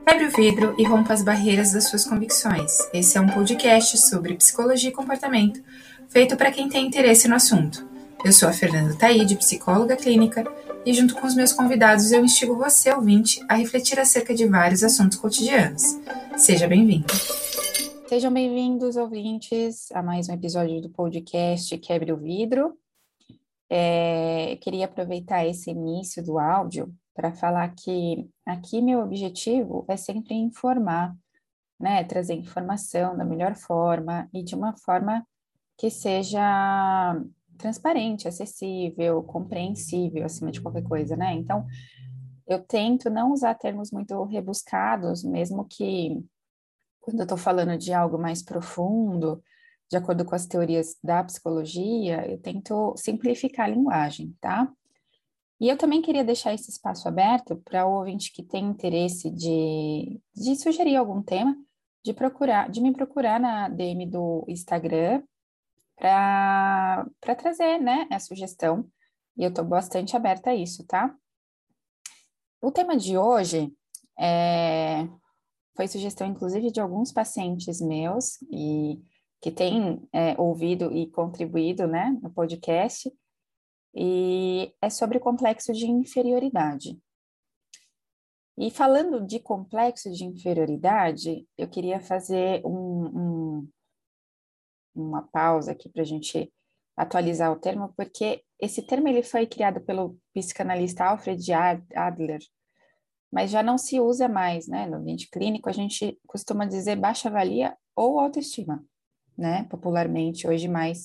Quebre o vidro e rompa as barreiras das suas convicções. Esse é um podcast sobre psicologia e comportamento, feito para quem tem interesse no assunto. Eu sou a Fernanda Taide, psicóloga clínica, e junto com os meus convidados eu instigo você, ouvinte, a refletir acerca de vários assuntos cotidianos. Seja bem-vindo. Sejam bem-vindos, ouvintes, a mais um episódio do podcast Quebre o Vidro. Queria aproveitar esse início do áudio para falar que aqui meu objetivo é sempre informar, né? Trazer informação da melhor forma e de uma forma que seja transparente, acessível, compreensível, acima de qualquer coisa, né? Então, eu tento não usar termos muito rebuscados, mesmo que quando eu estou falando de algo mais profundo, de acordo com as teorias da psicologia, eu tento simplificar a linguagem, tá? E eu também queria deixar esse espaço aberto para o ouvinte que tem interesse de sugerir algum tema, de me procurar na DM do Instagram para trazer, né, a sugestão. E eu estou bastante aberta a isso, tá? O tema de hoje foi sugestão, inclusive, de alguns pacientes meus e que têm ouvido e contribuído, né, no podcast, e é sobre complexo de inferioridade. E falando de complexo de inferioridade, eu queria fazer uma pausa aqui para a gente atualizar o termo, porque esse termo ele foi criado pelo psicanalista Alfred Adler, mas já não se usa mais, né? No ambiente clínico, a gente costuma dizer baixa valia ou autoestima, né? Popularmente, hoje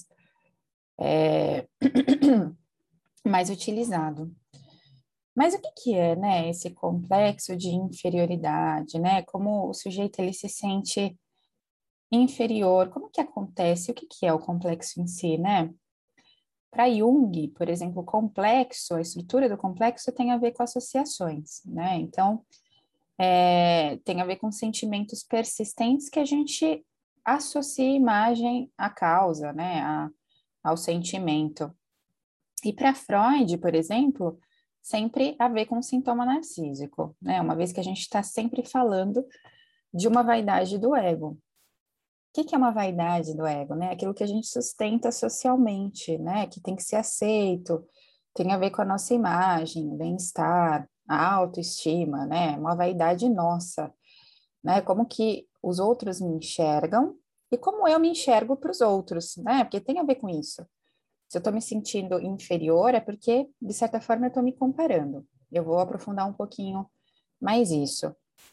mais utilizado. Mas o que é, né, esse complexo de inferioridade, né? Como o sujeito ele se sente inferior, como que acontece? O que é o complexo em si, né? Para Jung, por exemplo, o complexo, a estrutura do complexo tem a ver com associações, né? Então, tem a ver com sentimentos persistentes que a gente associa a imagem à causa, né? Ao sentimento. E para Freud, por exemplo, sempre a ver com sintoma narcísico, né? Uma vez que a gente está sempre falando de uma vaidade do ego. O que é uma vaidade do ego, né? Aquilo que a gente sustenta socialmente, né? Que tem que ser aceito, tem a ver com a nossa imagem, o bem-estar, a autoestima, né? Uma vaidade nossa, né? Como que os outros me enxergam e como eu me enxergo para os outros, né? Porque tem a ver com isso. Se eu estou me sentindo inferior, é porque, de certa forma, eu estou me comparando. Eu vou aprofundar um pouquinho mais isso.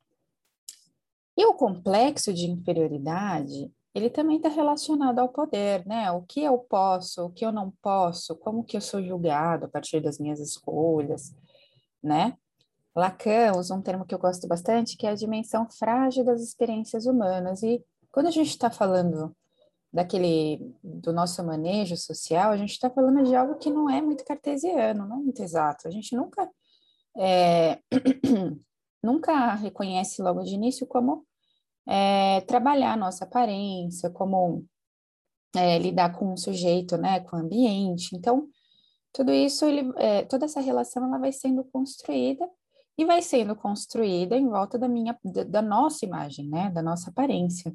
E o complexo de inferioridade, ele também está relacionado ao poder, né? O que eu posso, o que eu não posso, como que eu sou julgado a partir das minhas escolhas, né? Lacan usa um termo que eu gosto bastante, que é a dimensão frágil das experiências humanas. E quando a gente está falando do nosso manejo social, a gente está falando de algo que não é muito cartesiano, não é muito exato. A gente é, nunca reconhece logo de início como trabalhar a nossa aparência, como lidar com o sujeito, né, com o ambiente. Então, tudo isso, toda essa relação, ela vai sendo construída e vai sendo construída em volta da nossa imagem, né, da nossa aparência.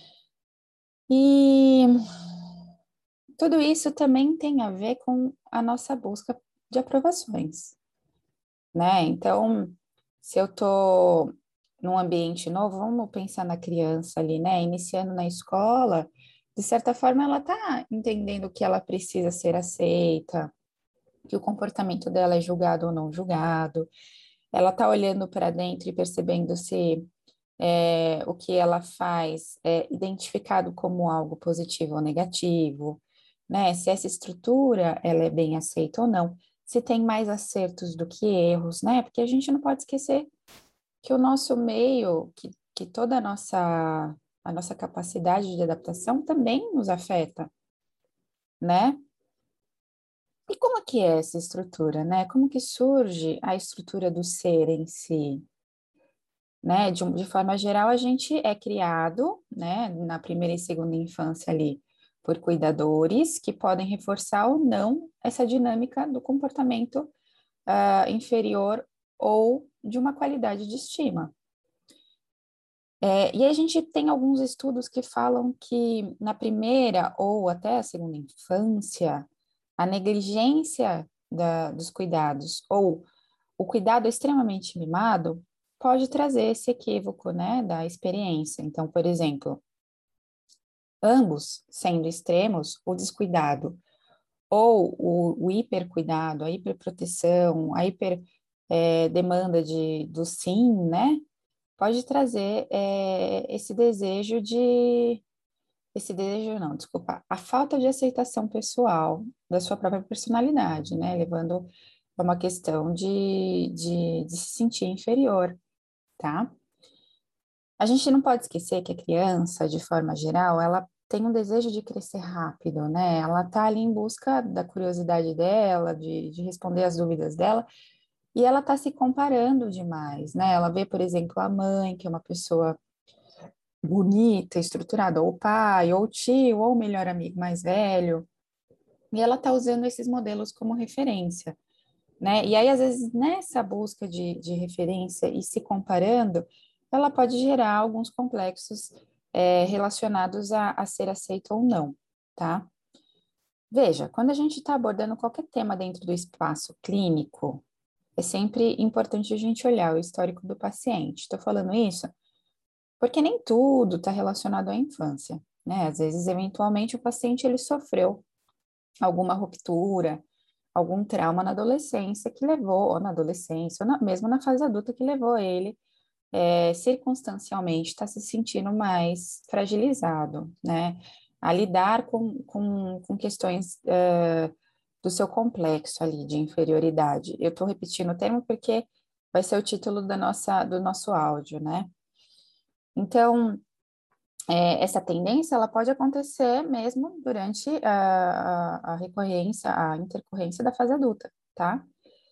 E tudo isso também tem a ver com a nossa busca de aprovações, né? Então, se eu tô num ambiente novo, vamos pensar na criança ali, né? Iniciando na escola, de certa forma ela tá entendendo que ela precisa ser aceita, que o comportamento dela é julgado ou não julgado, ela tá olhando para dentro e percebendo se o que ela faz é identificado como algo positivo ou negativo, né? Se essa estrutura ela é bem aceita ou não, se tem mais acertos do que erros, né? Porque a gente não pode esquecer que o nosso meio, que toda a nossa capacidade de adaptação também nos afeta, né? E como que é essa estrutura, né? Como que surge a estrutura do ser em si? Né? De forma geral, a gente é criado, né, na primeira e segunda infância ali, por cuidadores que podem reforçar ou não essa dinâmica do comportamento inferior ou de uma qualidade de estima. E a gente tem alguns estudos que falam que na primeira ou até a segunda infância, a negligência dos cuidados ou o cuidado extremamente mimado pode trazer esse equívoco, né, da experiência. Então, por exemplo, ambos sendo extremos, o descuidado ou o hipercuidado, a hiperproteção, a hiper demanda do sim, né, pode trazer esse desejo não, desculpa, a falta de aceitação pessoal da sua própria personalidade, né, levando a uma questão de se sentir inferior, tá? A gente não pode esquecer que a criança, de forma geral, ela tem um desejo de crescer rápido, né? Ela tá ali em busca da curiosidade dela, de responder as dúvidas dela, e ela tá se comparando demais, né? Ela vê, por exemplo, a mãe, que é uma pessoa bonita, estruturada, ou o pai, ou o tio, ou o melhor amigo mais velho, e ela tá usando esses modelos como referência, né? E aí, às vezes, nessa busca de referência e se comparando, ela pode gerar alguns complexos relacionados a ser aceito ou não, tá? Veja, quando a gente está abordando qualquer tema dentro do espaço clínico, é sempre importante a gente olhar o histórico do paciente. Estou falando isso porque nem tudo está relacionado à infância, né? Às vezes, eventualmente, o paciente ele sofreu alguma ruptura, algum trauma na adolescência que levou, ou na adolescência, ou mesmo na fase adulta que levou ele, circunstancialmente, está se sentindo mais fragilizado, né? A lidar com questões do seu complexo ali de inferioridade. Eu estou repetindo o termo porque vai ser o título do nosso áudio, né? Então, essa tendência ela pode acontecer mesmo durante a recorrência, a intercorrência da fase adulta, tá?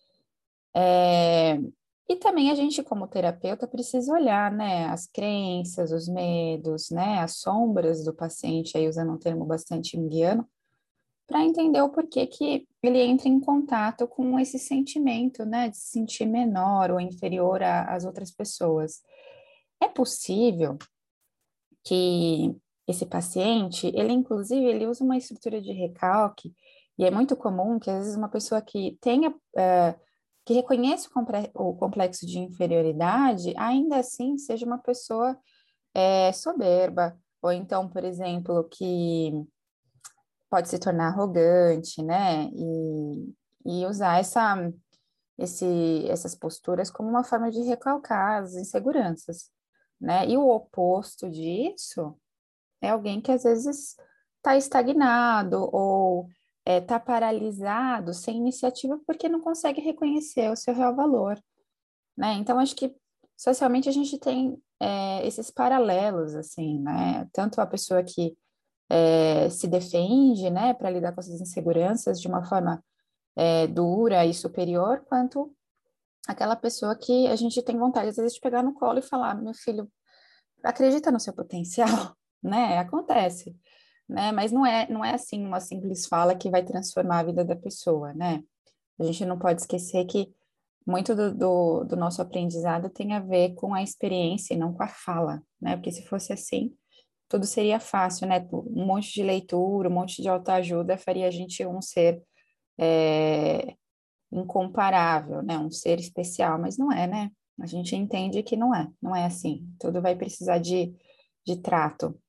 É, e também a gente, como terapeuta, precisa olhar, né, as crenças, os medos, né, as sombras do paciente, aí usando um termo bastante junguiano, para entender o porquê que ele entra em contato com esse sentimento, né, de se sentir menor ou inferior às outras pessoas. É possível que esse paciente, ele inclusive, ele usa uma estrutura de recalque, e é muito comum que às vezes uma pessoa que tenha, que reconheça o complexo de inferioridade, ainda assim seja uma pessoa soberba, ou então, por exemplo, que pode se tornar arrogante, né, e usar essas posturas como uma forma de recalcar as inseguranças, né, e o oposto disso é alguém que às vezes está estagnado ou está paralisado, sem iniciativa, porque não consegue reconhecer o seu real valor, né? Então, acho que socialmente a gente tem esses paralelos, assim, né? Tanto a pessoa que se defende, né, para lidar com essas inseguranças de uma forma dura e superior, quanto aquela pessoa que a gente tem vontade, às vezes, de pegar no colo e falar, meu filho, acredita no seu potencial, né? Acontece, né? Mas não é assim uma simples fala que vai transformar a vida da pessoa, né? A gente não pode esquecer que muito do nosso aprendizado tem a ver com a experiência e não com a fala, né? Porque se fosse assim, tudo seria fácil, né? Um monte de leitura, um monte de autoajuda faria a gente um ser é, incomparável, né? Um ser especial, mas não é, né? A gente entende que não é assim. Tudo vai precisar de trato.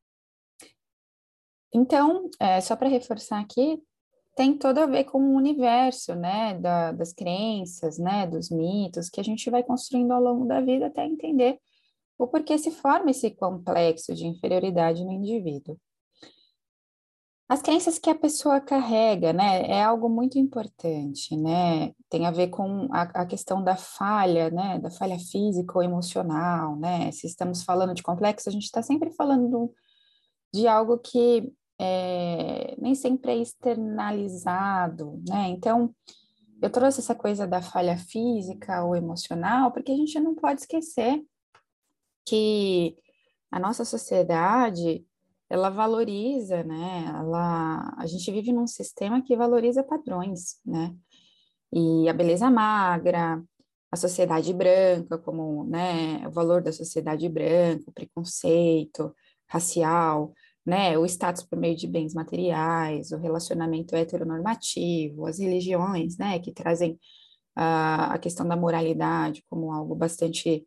Então, só para reforçar aqui, tem todo a ver com o universo, né, das crenças, né, dos mitos que a gente vai construindo ao longo da vida até entender o porquê se forma esse complexo de inferioridade no indivíduo. As crenças que a pessoa carrega, né, é algo muito importante, né, tem a ver com a questão da falha, né, da falha física ou emocional, né, se estamos falando de complexo, a gente está sempre falando de algo que nem sempre é externalizado, né? Então, eu trouxe essa coisa da falha física ou emocional, porque a gente não pode esquecer que a nossa sociedade, ela valoriza, né? A gente vive num sistema que valoriza padrões, né? E a beleza magra, a sociedade branca, como, né, o valor da sociedade branca, o preconceito racial, né, o status por meio de bens materiais, o relacionamento heteronormativo, as religiões, né, que trazem a questão da moralidade como algo bastante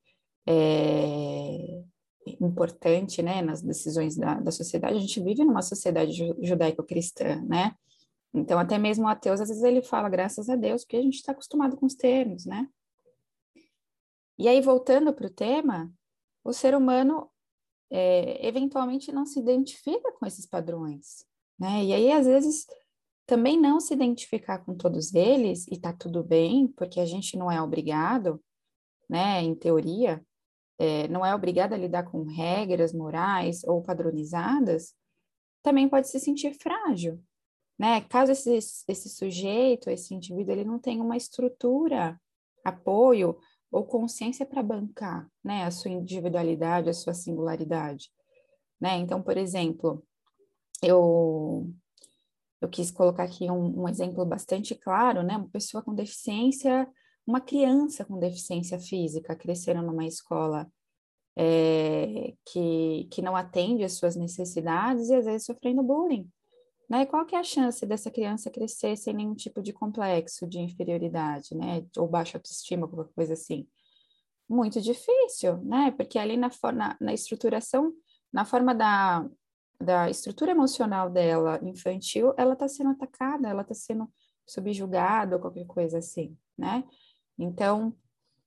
importante, né, nas decisões da sociedade. A gente vive numa sociedade judaico-cristã, né? Então, até mesmo o ateus, às vezes ele fala, graças a Deus, porque a gente está acostumado com os termos, né? E aí, voltando para o tema, o ser humano eventualmente não se identifica com esses padrões, né? E aí, às vezes, também não se identificar com todos eles, e tá tudo bem, porque a gente não é obrigado, né, em teoria, não é obrigado a lidar com regras morais ou padronizadas, também pode se sentir frágil, né? Caso esse sujeito, esse indivíduo, ele não tenha uma estrutura, apoio ou consciência para bancar, né, a sua individualidade, a sua singularidade, né? Então, por exemplo, eu eu quis colocar aqui um exemplo bastante claro, né? Uma pessoa com deficiência, uma criança com deficiência física crescendo numa escola que não atende às suas necessidades e às vezes sofrendo bullying, né? E qual que é a chance dessa criança crescer sem nenhum tipo de complexo de inferioridade, né? Ou baixa autoestima, qualquer coisa assim? Muito difícil, né? Porque ali na estruturação, na forma da estrutura emocional dela infantil, ela está sendo atacada, ela está sendo subjugada ou qualquer coisa assim, né? Então,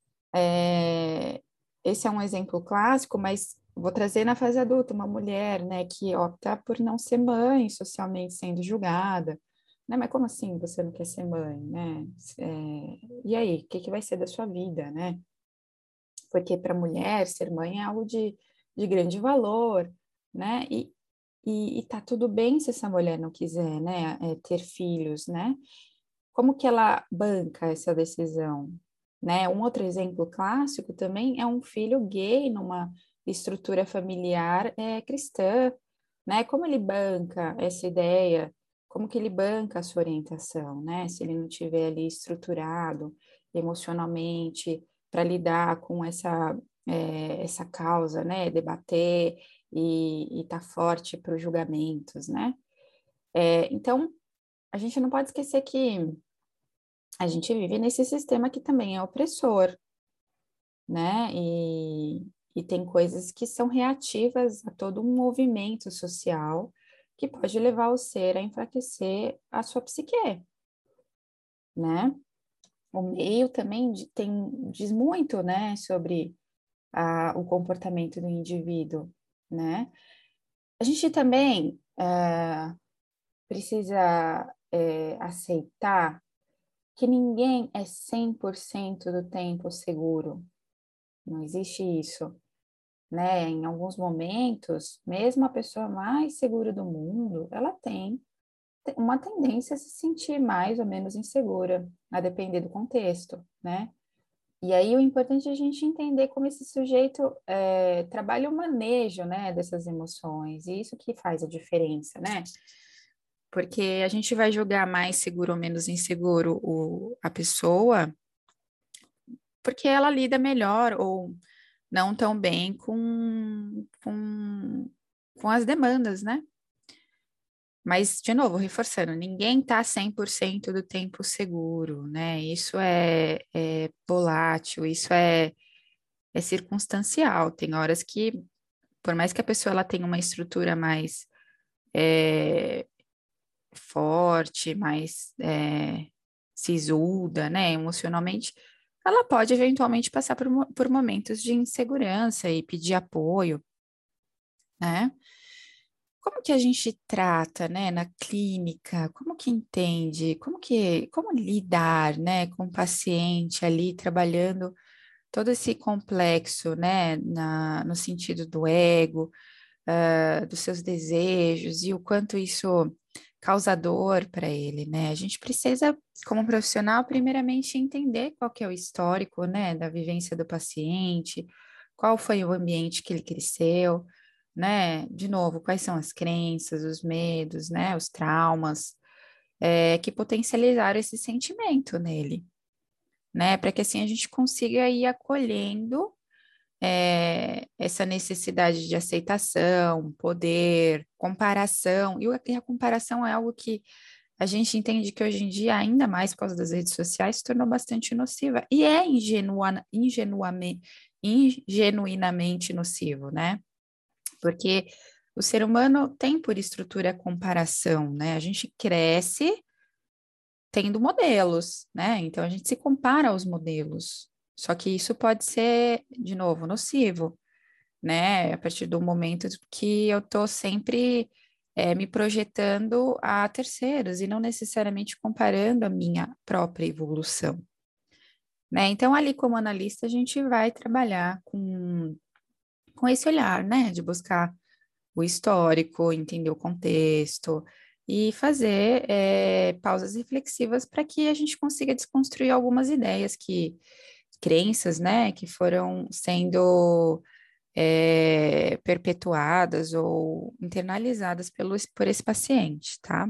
esse é um exemplo clássico, mas vou trazer na fase adulta uma mulher, né, que opta por não ser mãe, socialmente sendo julgada, né? Mas como assim você não quer ser mãe, né? E aí, o que que vai ser da sua vida, né? Porque para a mulher ser mãe é algo de grande valor, né? E tá tudo bem se essa mulher não quiser, né, ter filhos, né? Como que ela banca essa decisão, né? Um outro exemplo clássico também é um filho gay numa estrutura familiar cristã, né? Como ele banca essa ideia? Como que ele banca a sua orientação, né? Se ele não tiver ali estruturado emocionalmente para lidar com essa causa, né? Debater e estar forte para os julgamentos, né? Então, a gente não pode esquecer que a gente vive nesse sistema que também é opressor, né? E tem coisas que são reativas a todo um movimento social que pode levar o ser a enfraquecer a sua psique, né? O meio também diz muito, né, sobre o comportamento do indivíduo, né? A gente também precisa aceitar que ninguém é 100% do tempo seguro. Não existe isso, né? Em alguns momentos, mesmo a pessoa mais segura do mundo, ela tem uma tendência a se sentir mais ou menos insegura, a depender do contexto, né? E aí o importante é a gente entender como esse sujeito trabalha o manejo, né, dessas emoções, e isso que faz a diferença, né? Porque a gente vai julgar mais seguro ou menos inseguro a pessoa porque ela lida melhor ou não tão bem com as demandas, né? Mas, de novo, reforçando, ninguém está 100% do tempo seguro, né? Isso é volátil, isso é circunstancial. Tem horas que, por mais que a pessoa ela tenha uma estrutura mais é, forte, mais sisuda, né, emocionalmente, ela pode eventualmente passar por momentos de insegurança e pedir apoio, né? Como que a gente trata, né, na clínica? Como que entende? Como lidar, né, com o paciente ali trabalhando todo esse complexo, né, no sentido do ego, dos seus desejos e o quanto isso causa dor para ele, né? A gente precisa, como profissional, primeiramente entender qual que é o histórico, né, da vivência do paciente, qual foi o ambiente que ele cresceu, né? De novo, quais são as crenças, os medos, né, os traumas, que potencializaram esse sentimento nele, né? Para que assim a gente consiga ir acolhendo essa necessidade de aceitação, poder, comparação, e a comparação é algo que a gente entende que hoje em dia, ainda mais por causa das redes sociais, se tornou bastante nociva, e é ingenuinamente nocivo, né? Porque o ser humano tem por estrutura a comparação, né? A gente cresce tendo modelos, né? Então a gente se compara aos modelos. Só que isso pode ser, de novo, nocivo, né? A partir do momento que eu estou sempre me projetando a terceiros e não necessariamente comparando a minha própria evolução, né? Então, ali como analista, a gente vai trabalhar com esse olhar, né? De buscar o histórico, entender o contexto e fazer pausas reflexivas para que a gente consiga desconstruir algumas ideias crenças, né, que foram sendo perpetuadas ou internalizadas por esse paciente, tá?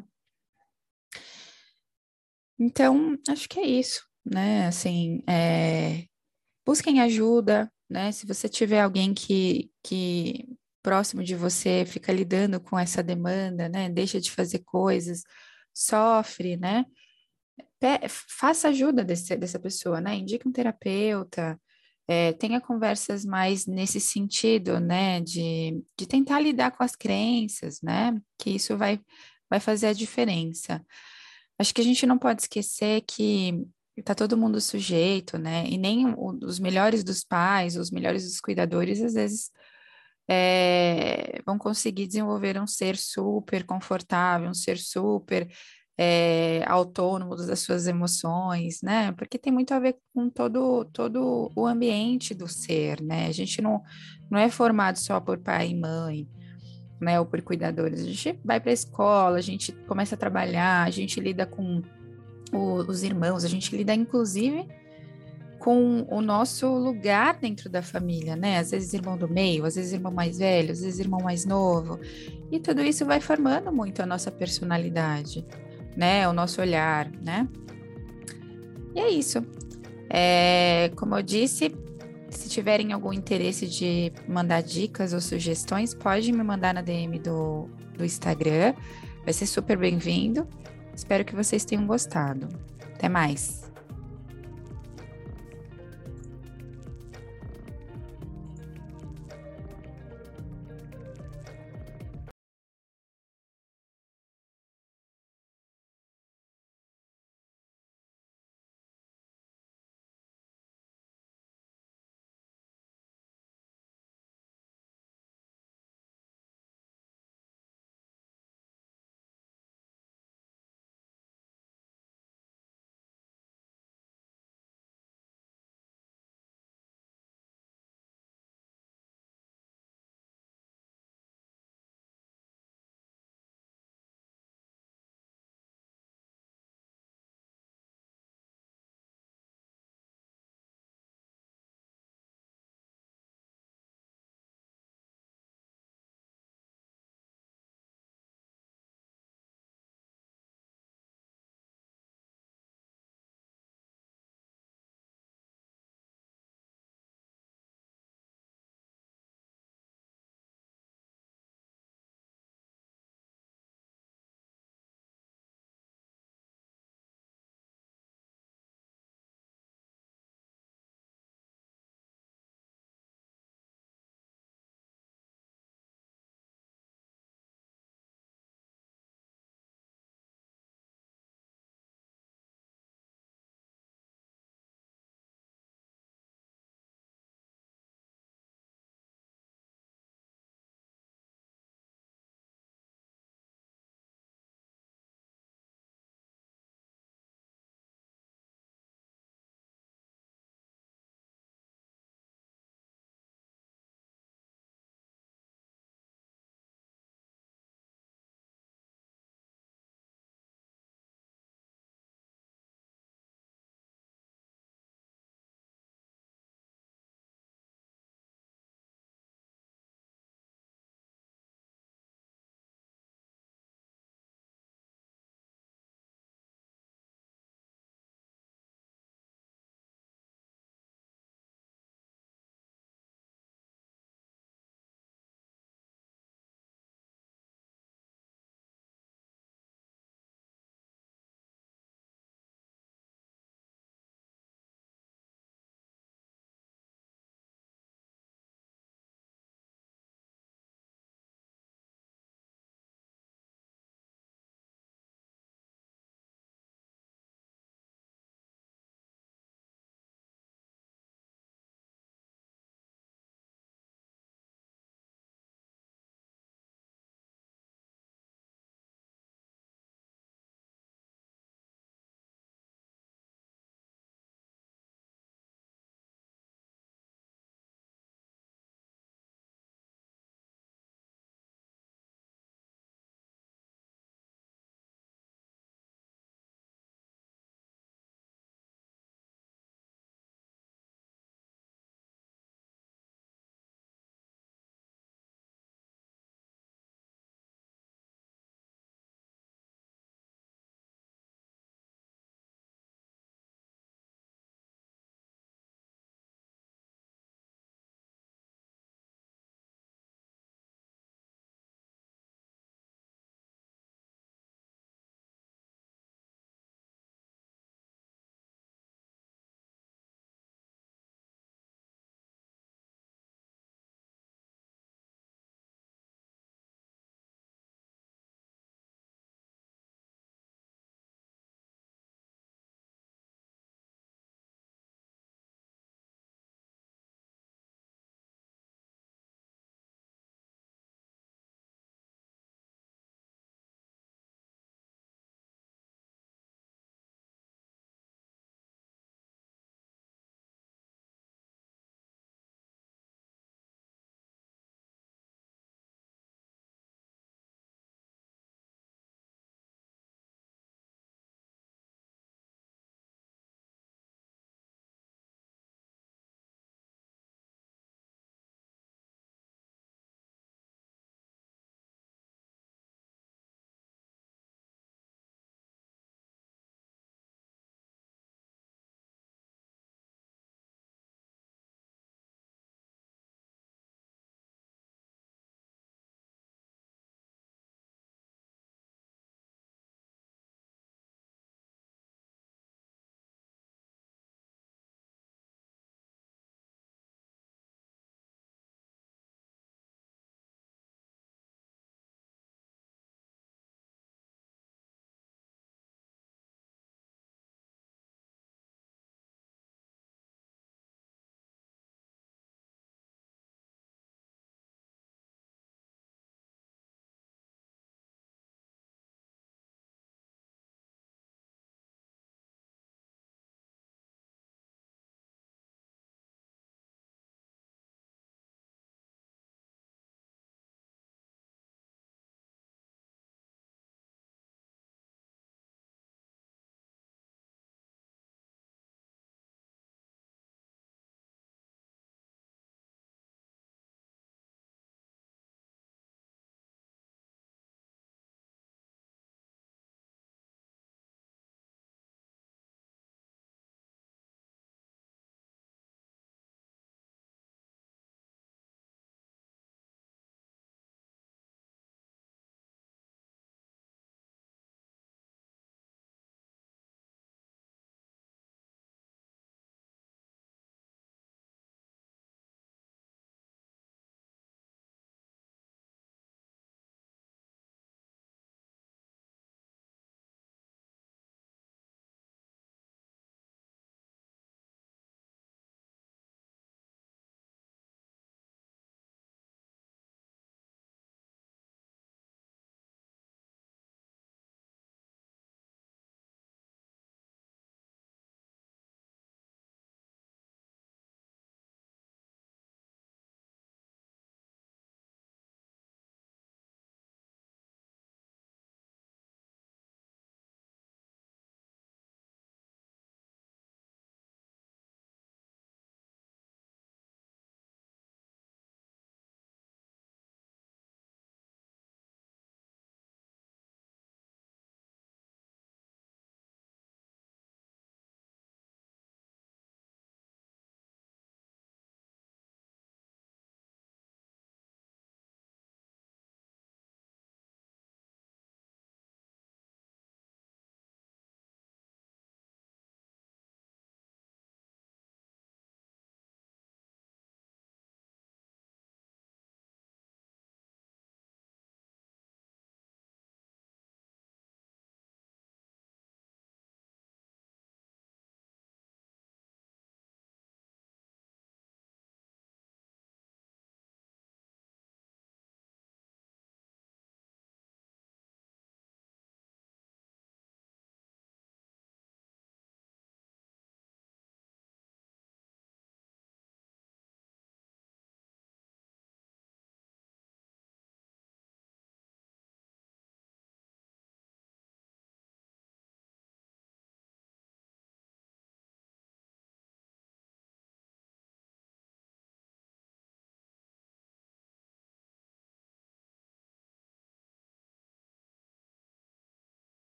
Então, acho que é isso, né? Assim, busquem ajuda, né? Se você tiver alguém que próximo de você fica lidando com essa demanda, né? Deixa de fazer coisas, sofre, né? Faça ajuda dessa pessoa, né? Indique um terapeuta, tenha conversas mais nesse sentido, né? De tentar lidar com as crenças, né? Que isso vai fazer a diferença. Acho que a gente não pode esquecer que tá todo mundo sujeito, né? E nem os melhores dos pais, os melhores dos cuidadores, às vezes vão conseguir desenvolver um ser super confortável, um ser super autônomo das suas emoções, né? Porque tem muito a ver com todo o ambiente do ser, né? A gente não é formado só por pai e mãe, né? Ou por cuidadores. A gente vai para a escola, a gente começa a trabalhar, a gente lida com os irmãos, a gente lida inclusive com o nosso lugar dentro da família, né? Às vezes irmão do meio, às vezes irmão mais velho, às vezes irmão mais novo. E tudo isso vai formando muito a nossa personalidade, né? O nosso olhar, né? E é isso. Como eu disse, se tiverem algum interesse de mandar dicas ou sugestões, pode me mandar na DM do Instagram. Vai ser super bem-vindo. Espero que vocês tenham gostado. Até mais.